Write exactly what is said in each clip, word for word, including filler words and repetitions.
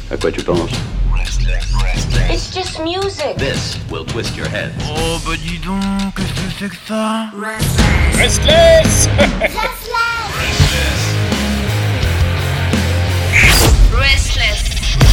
À quoi tu penses? It's just music. This will twist your head. Oh bah dis donc, qu'est-ce que c'est que ça? Restless. Restless.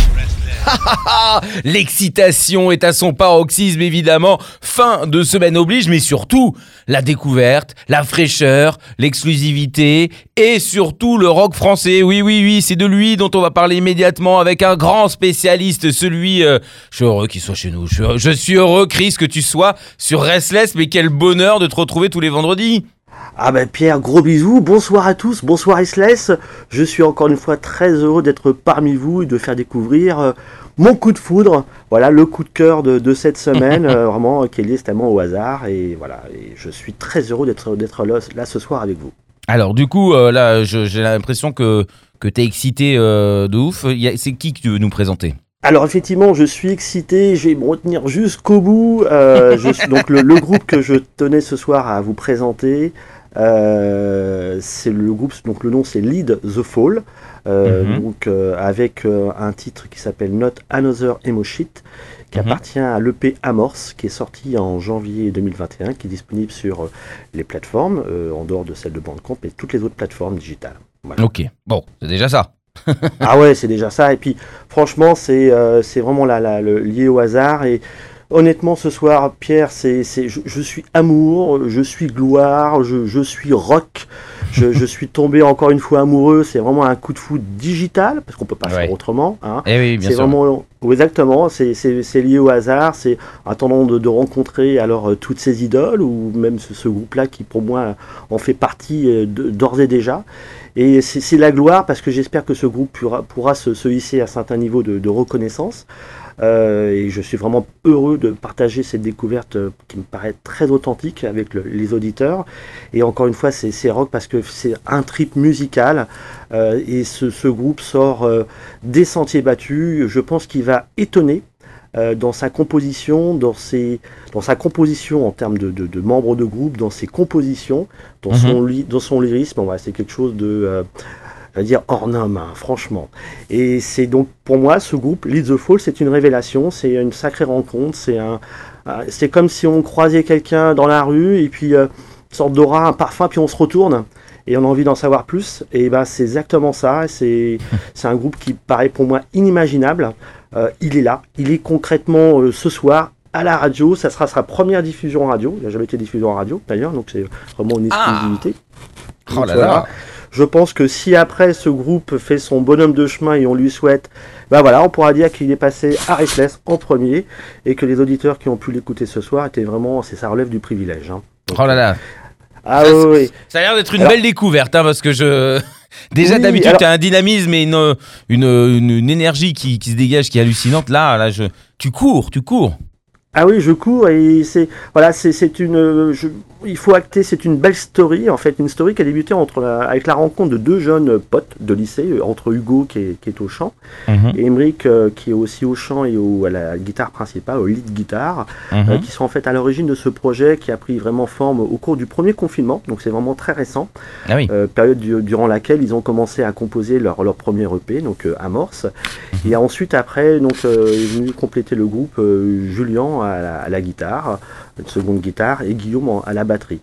L'excitation est à son paroxysme évidemment, fin de semaine oblige, mais surtout la découverte, la fraîcheur, l'exclusivité et surtout le rock français. Oui, oui, oui, c'est de lui dont on va parler immédiatement avec un grand spécialiste, celui... Euh, je suis heureux qu'il soit chez nous, je suis, je suis heureux Chris que tu sois sur Restless, mais quel bonheur de te retrouver tous les vendredis. Ah ben Pierre, gros bisous, bonsoir à tous, bonsoir Restless. Je suis encore une fois très heureux d'être parmi vous et de faire découvrir euh, mon coup de foudre, voilà le coup de cœur de, de cette semaine, euh, vraiment qui est lié tellement au hasard et voilà, et je suis très heureux d'être, d'être là, là ce soir avec vous. Alors du coup, euh, là je, j'ai l'impression que, que t'es excité euh, de ouf, Il y a, c'est qui que tu veux nous présenter ? Alors effectivement, je suis excité, je vais me retenir jusqu'au bout. Euh, je suis, donc le, le groupe que je tenais ce soir à vous présenter, euh, c'est le groupe, donc le nom c'est Lead the Fall, euh, mm-hmm. donc euh, avec euh, un titre qui s'appelle Not Another Emo Shit, qui mm-hmm. appartient à l'E P Amorce, qui est sorti en janvier deux mille vingt et un, qui est disponible sur euh, les plateformes, euh, en dehors de celle de Bandcamp et toutes les autres plateformes digitales. Voilà. Ok, bon, c'est déjà ça. Ah ouais, c'est déjà ça. Et puis, franchement, c'est euh, c'est vraiment la, la, le, lié au hasard. Et honnêtement, ce soir, Pierre, c'est, c'est, je, je suis amour, je suis gloire, je, je suis rock. Je, je suis tombé encore une fois amoureux. C'est vraiment un coup de foudre digital, parce qu'on peut pas ouais. faire autrement. Hein. Eh oui, bien c'est sûr. Vraiment, exactement, c'est, c'est, c'est lié au hasard. C'est attendant de, de rencontrer alors euh, toutes ces idoles, ou même ce, ce groupe-là qui, pour moi, en fait partie euh, de, d'ores et déjà. Et c'est, c'est la gloire parce que j'espère que ce groupe pourra, pourra se, se hisser à un certain niveau de, de reconnaissance. Euh, et je suis vraiment heureux de partager cette découverte euh, qui me paraît très authentique avec le, les auditeurs. Et encore une fois, c'est, c'est rock parce que c'est un trip musical. Euh, et ce, ce groupe sort euh, des sentiers battus. Je pense qu'il va étonner. Euh, dans sa composition, dans, ses, dans sa composition en termes de, de, de membres de groupe, dans ses compositions, dans, mm-hmm. son, li, dans son lyrisme, ouais, c'est quelque chose de, euh, je vais dire, hors norme, hein, franchement. Et c'est donc, pour moi, ce groupe, Lead the Fall, c'est une révélation, c'est une sacrée rencontre, c'est, un, euh, c'est comme si on croisait quelqu'un dans la rue, et puis euh, une sorte d'aura, un parfum, puis on se retourne, et on a envie d'en savoir plus, et ben, c'est exactement ça, c'est, c'est un groupe qui paraît pour moi inimaginable. Euh, il est là, il est concrètement euh, ce soir à la radio, ça sera sa première diffusion en radio, il n'a jamais été diffusé en radio d'ailleurs, donc c'est vraiment une exclusivité. Ah. Oh là là. Je pense que si après ce groupe fait son bonhomme de chemin et on lui souhaite, ben voilà, on pourra dire qu'il est passé à Restless en premier et que les auditeurs qui ont pu l'écouter ce soir étaient vraiment, c'est ça relève du privilège. Hein. Donc, oh là là. Ah ça, oui, oui. Ça a l'air d'être une alors, belle découverte, hein, parce que je... Déjà, oui, d'habitude, alors... tu as un dynamisme et une, une, une, une énergie qui, qui se dégage, qui est hallucinante. Là, là je... tu cours, tu cours. Ah oui, je cours et c'est voilà, c'est c'est une je, il faut acter, c'est une belle story en fait, une story qui a débuté entre la, avec la rencontre de deux jeunes potes de lycée, entre Hugo qui est, qui est au chant mm-hmm. et Emeric euh, qui est aussi au chant et au, à la guitare principale, au lead guitare, mm-hmm. euh, qui sont en fait à l'origine de ce projet qui a pris vraiment forme au cours du premier confinement, donc c'est vraiment très récent, ah oui. euh, période du, durant laquelle ils ont commencé à composer leur leur premier E P, donc euh, Amorce, mm-hmm. et ensuite après donc euh, est venu compléter le groupe euh, Julien à la, à la guitare, une seconde guitare, et Guillaume à la batterie.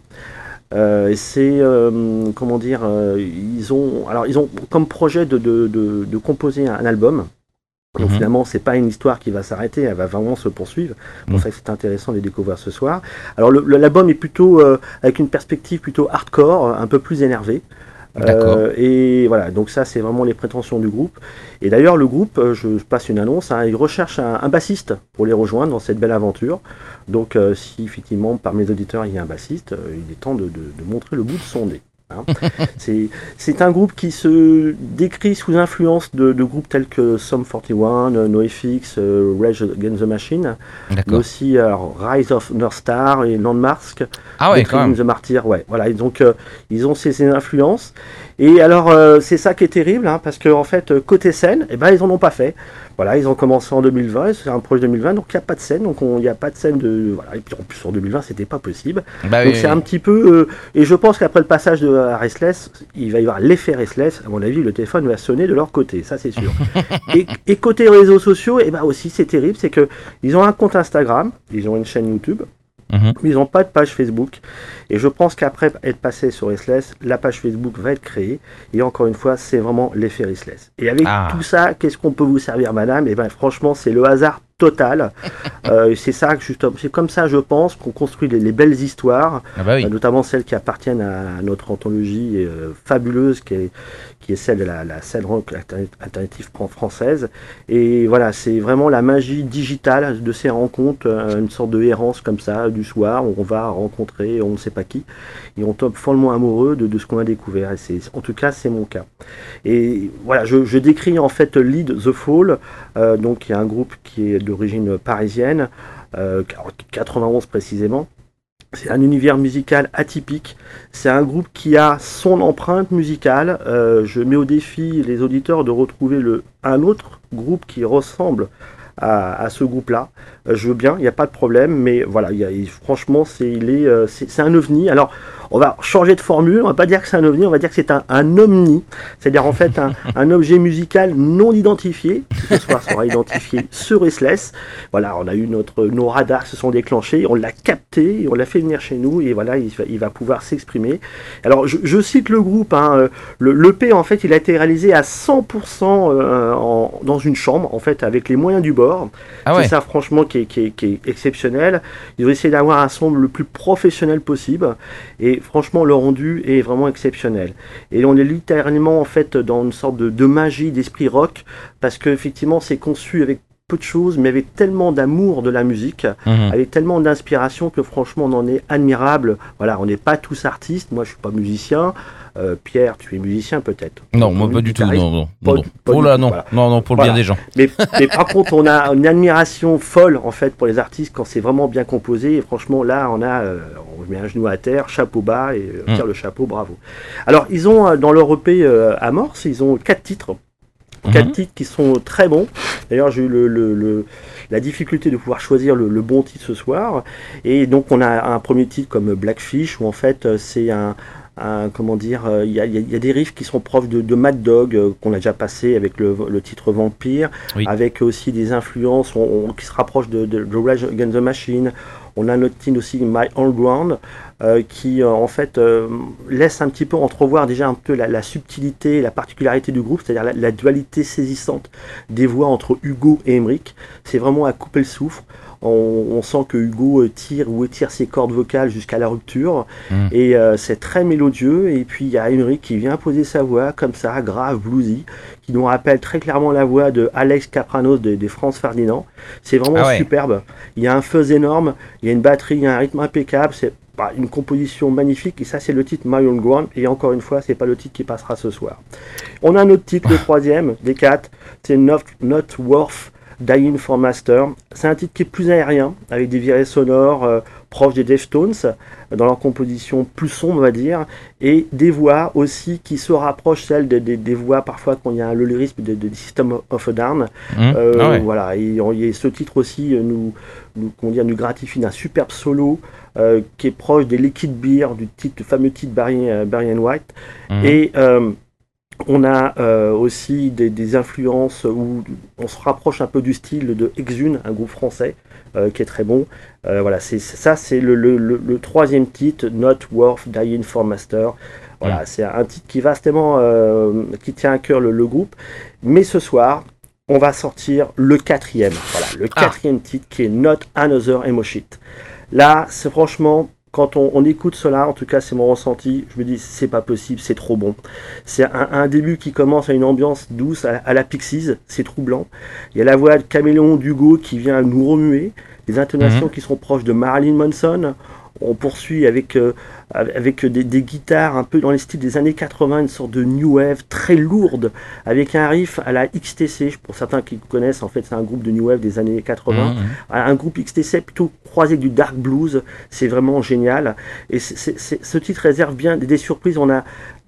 Euh, c'est euh, comment dire, euh, ils ont alors ils ont comme projet de de, de, de composer un, un album. Donc mm-hmm. finalement, c'est pas une histoire qui va s'arrêter, elle va vraiment se poursuivre. C'est pour mm. ça que c'est intéressant de les découvrir ce soir. Alors le, le, l'album est plutôt euh, avec une perspective plutôt hardcore, un peu plus énervée. Euh, et voilà, donc ça c'est vraiment les prétentions du groupe. Et d'ailleurs le groupe, je passe une annonce, hein, il recherche un, un bassiste pour les rejoindre dans cette belle aventure. Donc euh, si effectivement parmi les auditeurs il y a un bassiste, euh, il est temps de, de, de montrer le bout de son nez. Hein. c'est, c'est un groupe qui se décrit sous influence de, de groupes tels que Sum forty one, NoFX, euh, Rage Against the Machine, D'accord. mais aussi euh, Rise of North Star et Landmark, ah ouais, quand même. The Martyr, ouais, voilà, donc euh, ils ont ces, ces influences Et alors, euh, c'est ça qui est terrible, hein, parce que en fait, côté scène, eh ben, ils en ont pas fait. Voilà, ils ont commencé en deux mille vingt, c'est un projet deux mille vingt, donc il n'y a pas de scène, donc il n'y a pas de scène de... Voilà, et puis en plus en deux mille vingt, c'était pas possible. Bah donc oui, c'est oui. un petit peu... Euh, et je pense qu'après le passage de à Restless, il va y avoir l'effet Restless, à mon avis, le téléphone va sonner de leur côté, ça c'est sûr. et, et côté réseaux sociaux, eh ben aussi c'est terrible, c'est que ils ont un compte Instagram, ils ont une chaîne YouTube, Mhm. mais ils n'ont pas de page Facebook. Et je pense qu'après être passé sur Restless, la page Facebook va être créée. Et encore une fois, c'est vraiment l'effet Restless. Et avec Ah. tout ça, qu'est-ce qu'on peut vous servir, madame? Et ben franchement, c'est le hasard total. euh, c'est ça que justement, c'est comme ça, je pense, qu'on construit les, les belles histoires, Ah bah oui. euh, notamment celles qui appartiennent à notre anthologie euh, fabuleuse, qui est, qui est celle de la, la scène rock alternative française. Et voilà, c'est vraiment la magie digitale de ces rencontres, euh, une sorte de errance comme ça, du soir, où on va rencontrer on ne sait pas qui, et on tombe follement amoureux de, de ce qu'on a découvert. Et c'est, en tout cas, c'est mon cas. Et voilà, je, je décris en fait Lead the Fall, euh, donc il y a un groupe qui est d'origine parisienne, euh, quatre-vingt-onze précisément. C'est un univers musical atypique. C'est un groupe qui a son empreinte musicale. Euh, je mets au défi les auditeurs de retrouver le, un autre groupe qui ressemble à, à ce groupe-là. Euh, je veux bien, il n'y a pas de problème, mais voilà, il y a, il, franchement, c'est, il est, euh, c'est, c'est un ovni. Alors, on va changer de formule, on va pas dire que c'est un ovni, on va dire que c'est un, un omni, c'est-à-dire en fait un, un objet musical non identifié, qui ce soir sera identifié sur Restless. Voilà, on a eu notre, nos radars se sont déclenchés, on l'a capté, et on l'a fait venir chez nous, et voilà, il va, il va pouvoir s'exprimer. Alors, je, je cite le groupe, hein, le, l'E P en fait, il a été réalisé à cent pour cent euh, en, dans une chambre, en fait, avec les moyens du bord. Ah ouais. C'est ça, franchement, qui est, qui est, qui est exceptionnel. Ils ont essayé d'avoir un son le plus professionnel possible, et franchement, le rendu est vraiment exceptionnel. Et on est littéralement en fait dans une sorte de, de magie d'esprit rock, parce que effectivement, c'est conçu avec peu de choses, mais avec tellement d'amour de la musique, Mhm. avec tellement d'inspiration que franchement, on en est admirable. Voilà, on n'est pas tous artistes. Moi, je suis pas musicien. Euh, Pierre, tu es musicien peut-être? Non, moi pas du tout. Guitariste. Non, non, Pas- non, non. pas Oh du là, tout, non, voilà. non, non, pour le Voilà. bien des gens. Mais, mais par contre, on a une admiration folle en fait pour les artistes quand c'est vraiment bien composé. Et franchement, là, on a, euh, on met un genou à terre, chapeau bas et euh, Mm. tire le chapeau, bravo. Alors, ils ont euh, dans leur E P euh, Amorce, ils ont quatre titres. Quatre Mhm. titres qui sont très bons. D'ailleurs, j'ai eu le, le, le- la difficulté de pouvoir choisir le, le bon titre ce soir. Et donc, on a un premier titre comme Blackfish, où en fait, euh, c'est un, un- comment dire, euh, il y, a, il y a- il y a des riffs qui sont proches de, de Mad Dog, euh, qu'on a déjà passé avec le, le titre Vampire, Oui. avec aussi des influences on- on- qui se rapprochent de, de, de Rage Against the Machine. On a notre titre aussi My Old Ground, euh, qui euh, en fait euh, laisse un petit peu entrevoir déjà un peu la, la subtilité, la particularité du groupe, c'est-à-dire la, la dualité saisissante des voix entre Hugo et Emmerich. C'est vraiment à couper le souffle. On, on sent que Hugo euh, tire ou étire ses cordes vocales jusqu'à la rupture, Mm. et euh, c'est très mélodieux. Et puis il y a Emmerich qui vient poser sa voix comme ça, grave, bluesy, qui nous rappelle très clairement la voix de Alex Kapranos de- des Franz Ferdinand. C'est vraiment Ah ouais. superbe. Il y a un fuzz énorme, il y a une batterie, il y a un rythme impeccable. C'est bah, une composition magnifique. Et ça, c'est le titre My Own Ground. Et encore une fois, c'est pas le titre qui passera ce soir. On a un autre titre, le troisième des quatre. C'est Not, Not Worth Dying for Master. C'est un titre qui est plus aérien, avec des virées sonores euh, proches des Deftones, euh, dans leur composition plus sombre, on va dire, et des voix aussi qui se rapprochent celles des, des, des voix parfois quand il y a le lyrisme de, de System of a Down. Mhm. Euh, Ah ouais. Voilà, et, on- et ce titre aussi euh, nous, nous, comment dire, nous gratifie d'un superbe solo euh, qui est proche des Liquid Beer, du, titre, du fameux titre Barry, euh, Barry and White. Mhm. Et euh, on a euh, aussi des, des influences où on se rapproche un peu du style de Exune, un groupe français euh, qui est très bon. Euh, voilà, c'est, ça c'est le, le, le, le troisième titre, Not Worth Dying for Master. Voilà, Mm. c'est un titre qui vastement euh, qui tient à cœur le, le groupe. Mais ce soir, on va sortir le quatrième. Voilà, le Ah. quatrième titre qui est Not Another Emo Shit. Là, c'est franchement, quand on, on écoute cela, en tout cas c'est mon ressenti, je me dis c'est pas possible, c'est trop bon. C'est un, un début qui commence à une ambiance douce à, à la Pixies, c'est troublant. Il y a la voix de Caméléon d'Hugo qui vient nous remuer, des intonations Mhm. qui sont proches de Marilyn Manson. On poursuit avec, euh, avec des, des guitares un peu dans les styles des années quatre-vingts, une sorte de new wave très lourde, avec un riff à la X T C. Pour certains qui connaissent, en fait, c'est un groupe de new wave des années quatre-vingts. Mhm. Un groupe X T C plutôt croisé avec du dark blues. C'est vraiment génial. Et c'est, c'est, c'est- ce titre réserve bien des, des surprises. On a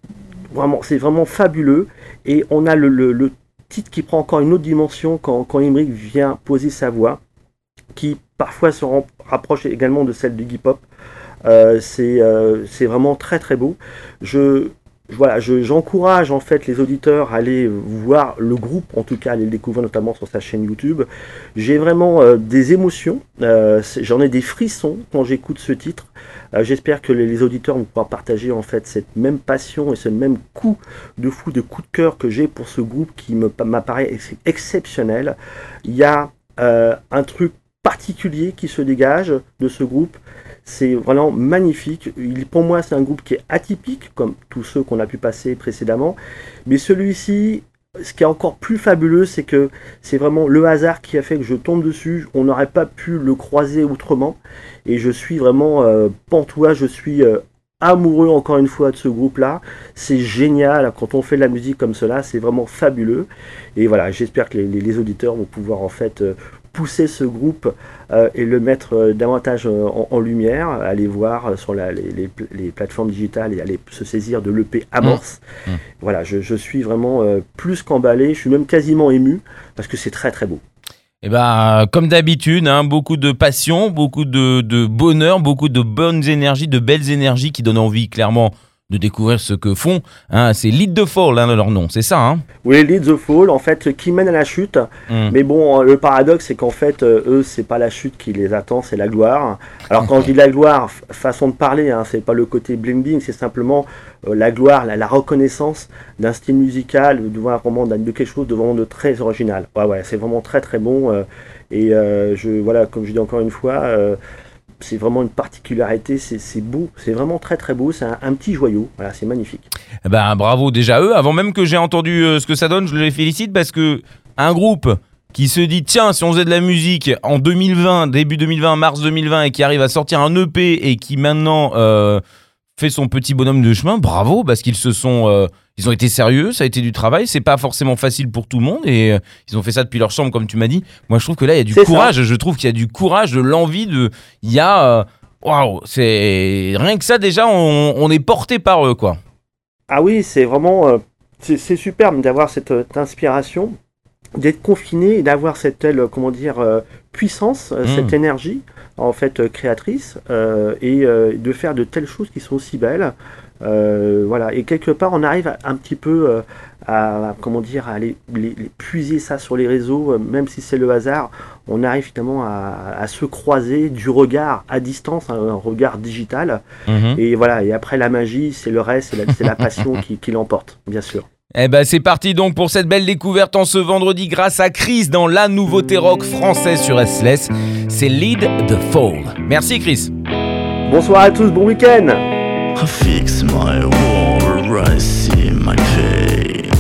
vraiment, c'est vraiment fabuleux. Et on a le, le, le titre qui prend encore une autre dimension quand, quand Aymeric vient poser sa voix, qui parfois se rapproche également de celle du hip-hop. Euh, c'est, euh, c'est vraiment très très beau. Je, voilà, je, j'encourage en fait les auditeurs à aller voir le groupe, en tout cas à aller le découvrir notamment sur sa chaîne YouTube. J'ai vraiment euh, des émotions, euh, j'en ai des frissons quand j'écoute ce titre. Euh, j'espère que les, les auditeurs vont pouvoir partager en fait cette même passion et ce même coup de fou, de coup de cœur que j'ai pour ce groupe qui me, m'apparaît ex- exceptionnel. Il y a euh, un truc particulier qui se dégage de ce groupe. C'est vraiment magnifique. Il, pour moi, c'est un groupe qui est atypique, comme tous ceux qu'on a pu passer précédemment. Mais celui-ci, ce qui est encore plus fabuleux, c'est que c'est vraiment le hasard qui a fait que je tombe dessus. On n'aurait pas pu le croiser autrement. Et je suis vraiment euh, pantois, je suis euh, amoureux encore une fois de ce groupe-là. C'est génial. Quand on fait de la musique comme cela, c'est vraiment fabuleux. Et voilà, j'espère que les, les, les auditeurs vont pouvoir en fait... Euh, pousser ce groupe euh, et le mettre euh, davantage euh, en, en lumière, aller voir sur la, les, les, les plateformes digitales et aller se saisir de l'E P Amorce. Mmh. Mmh. Voilà, je, je suis vraiment euh, plus qu'emballé, je suis même quasiment ému parce que c'est très très beau. Et ben, comme d'habitude, hein, beaucoup de passion, beaucoup de, de bonheur, beaucoup de bonnes énergies, de belles énergies qui donnent envie clairement de découvrir ce que font. Hein, c'est Lead the Fall, hein, leur nom, c'est ça hein? Oui, Lead the Fall, en fait, qui mène à la chute. Mm. Mais bon, le paradoxe, c'est qu'en fait, euh, eux, c'est pas la chute qui les attend, c'est la gloire. Alors quand je dis la gloire, f- façon de parler, hein, c'est pas le côté bling-bling, c'est simplement euh, la gloire, la, la reconnaissance d'un style musical, de, voir vraiment de quelque chose de vraiment de très original. Ouais, ouais, c'est vraiment très très bon. Euh, et euh, je, voilà, comme je dis encore une fois, euh, c'est vraiment une particularité, c'est, c'est beau, c'est vraiment très très beau, c'est un, un petit joyau, voilà, c'est magnifique. Eh ben, bravo déjà à eux, avant même que j'ai entendu euh, ce que ça donne, je les félicite parce que un groupe qui se dit tiens, si on faisait de la musique en deux mille vingt, début deux mille vingt, mars deux mille vingt et qui arrive à sortir un E P et qui maintenant euh, fait son petit bonhomme de chemin, bravo, parce qu'ils se sont... Euh, Ils ont été sérieux, ça a été du travail, c'est pas forcément facile pour tout le monde et euh, ils ont fait ça depuis leur chambre comme tu m'as dit. Moi je trouve que là il y a du c'est courage, ça. Je trouve qu'il y a du courage, de l'envie, de... il y a... Waouh, wow, c'est... Rien que ça déjà on, on est porté par eux quoi. Ah oui, c'est vraiment... Euh, c'est, c'est superbe d'avoir cette euh, inspiration, d'être confiné et d'avoir cette telle, comment dire, euh, puissance, euh, mmh. cette énergie en fait euh, créatrice euh, et euh, de faire de telles choses qui sont aussi belles. Euh, voilà, et quelque part on arrive à, un petit peu euh, à, comment dire, à les, les, les puiser ça sur les réseaux, euh, même si c'est le hasard, on arrive finalement à, à se croiser du regard à distance, un, un regard digital, mmh. et voilà, et après la magie, c'est le reste, c'est la, c'est la passion qui, qui l'emporte, bien sûr. Eh ben c'est parti donc pour cette belle découverte en ce vendredi grâce à Chris dans la nouveauté rock française sur Restless, c'est Lead the Fall. Merci Chris. Bonsoir à tous, bon week-end. I fix my wall, I see my pain.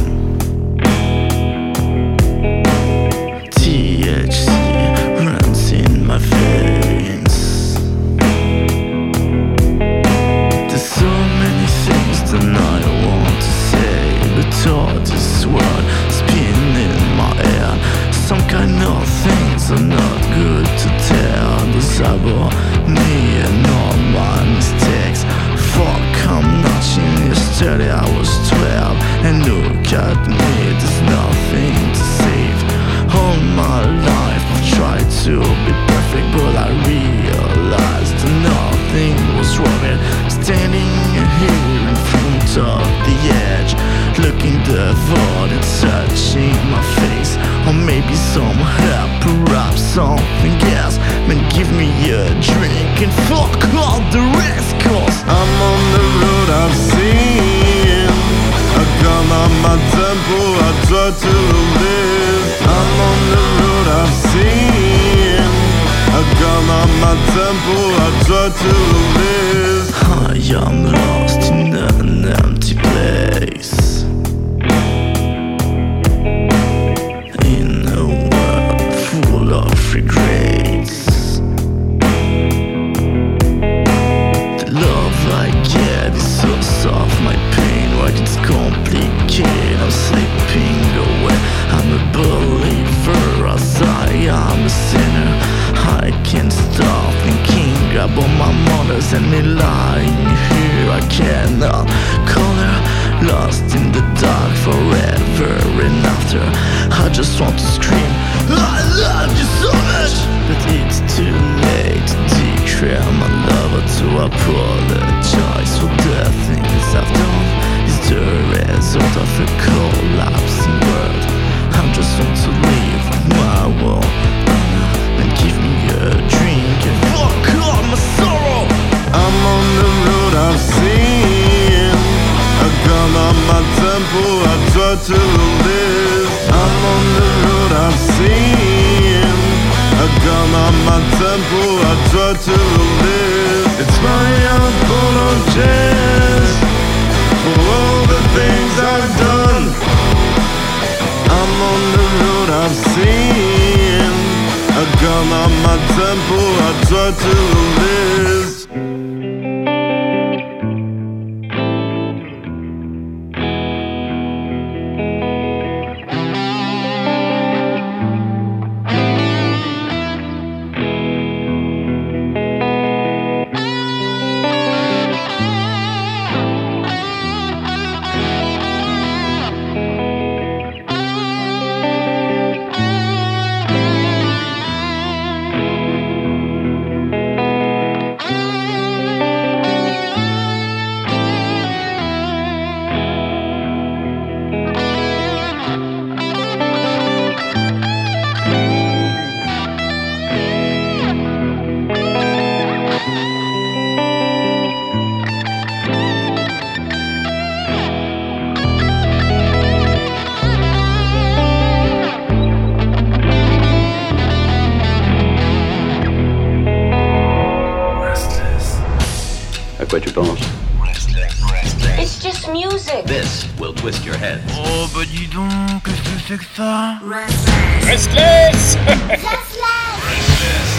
T H C runs in my veins. There's so many things that I want to say, but all this world spinning in my head. Some kind of things are not good to tell. Disable me and all my mistakes. Fuck, I'm notching yesterday I was twelve. And look at me, there's nothing to save. All my life I've tried to be perfect, but I realized that nothing was wrong. Standing here in front of the edge, looking the void and touching my face. Or maybe some help, perhaps something else. Man, give me a drink and fuck all the rest. Cause I'm on the road I've seen. I got on my tempo, I try to live. I'm on the road I've seen. I got on my tempo, I try to live. I am lost in an empty place. In a world full of regrets. The love I get is so soft, my pain, why it's complicated. I'm slipping away, I'm a believer as I am a sinner. I can't stop thinking about my mother's and me lying here. I cannot call her lost laughter. I just want to scream, I love you so much. But it's too late to declare my love or to apologize for the things I've done. It's the result of a collapsing world. I just want to live my world and give me a drink and fuck all my sorrow. I'm on the road I've seen, a gun on my temple, I try to live. I'm on the road I've seen, a gun on my temple, I try to live. It's my apologies for all the things I've done. I'm on the road I've seen, a gun on my temple, I try to live. Quoi tu penses? It's just music. This will twist your head. Oh bah dis donc, qu'est-ce que c'est que ça? Restless. Restless.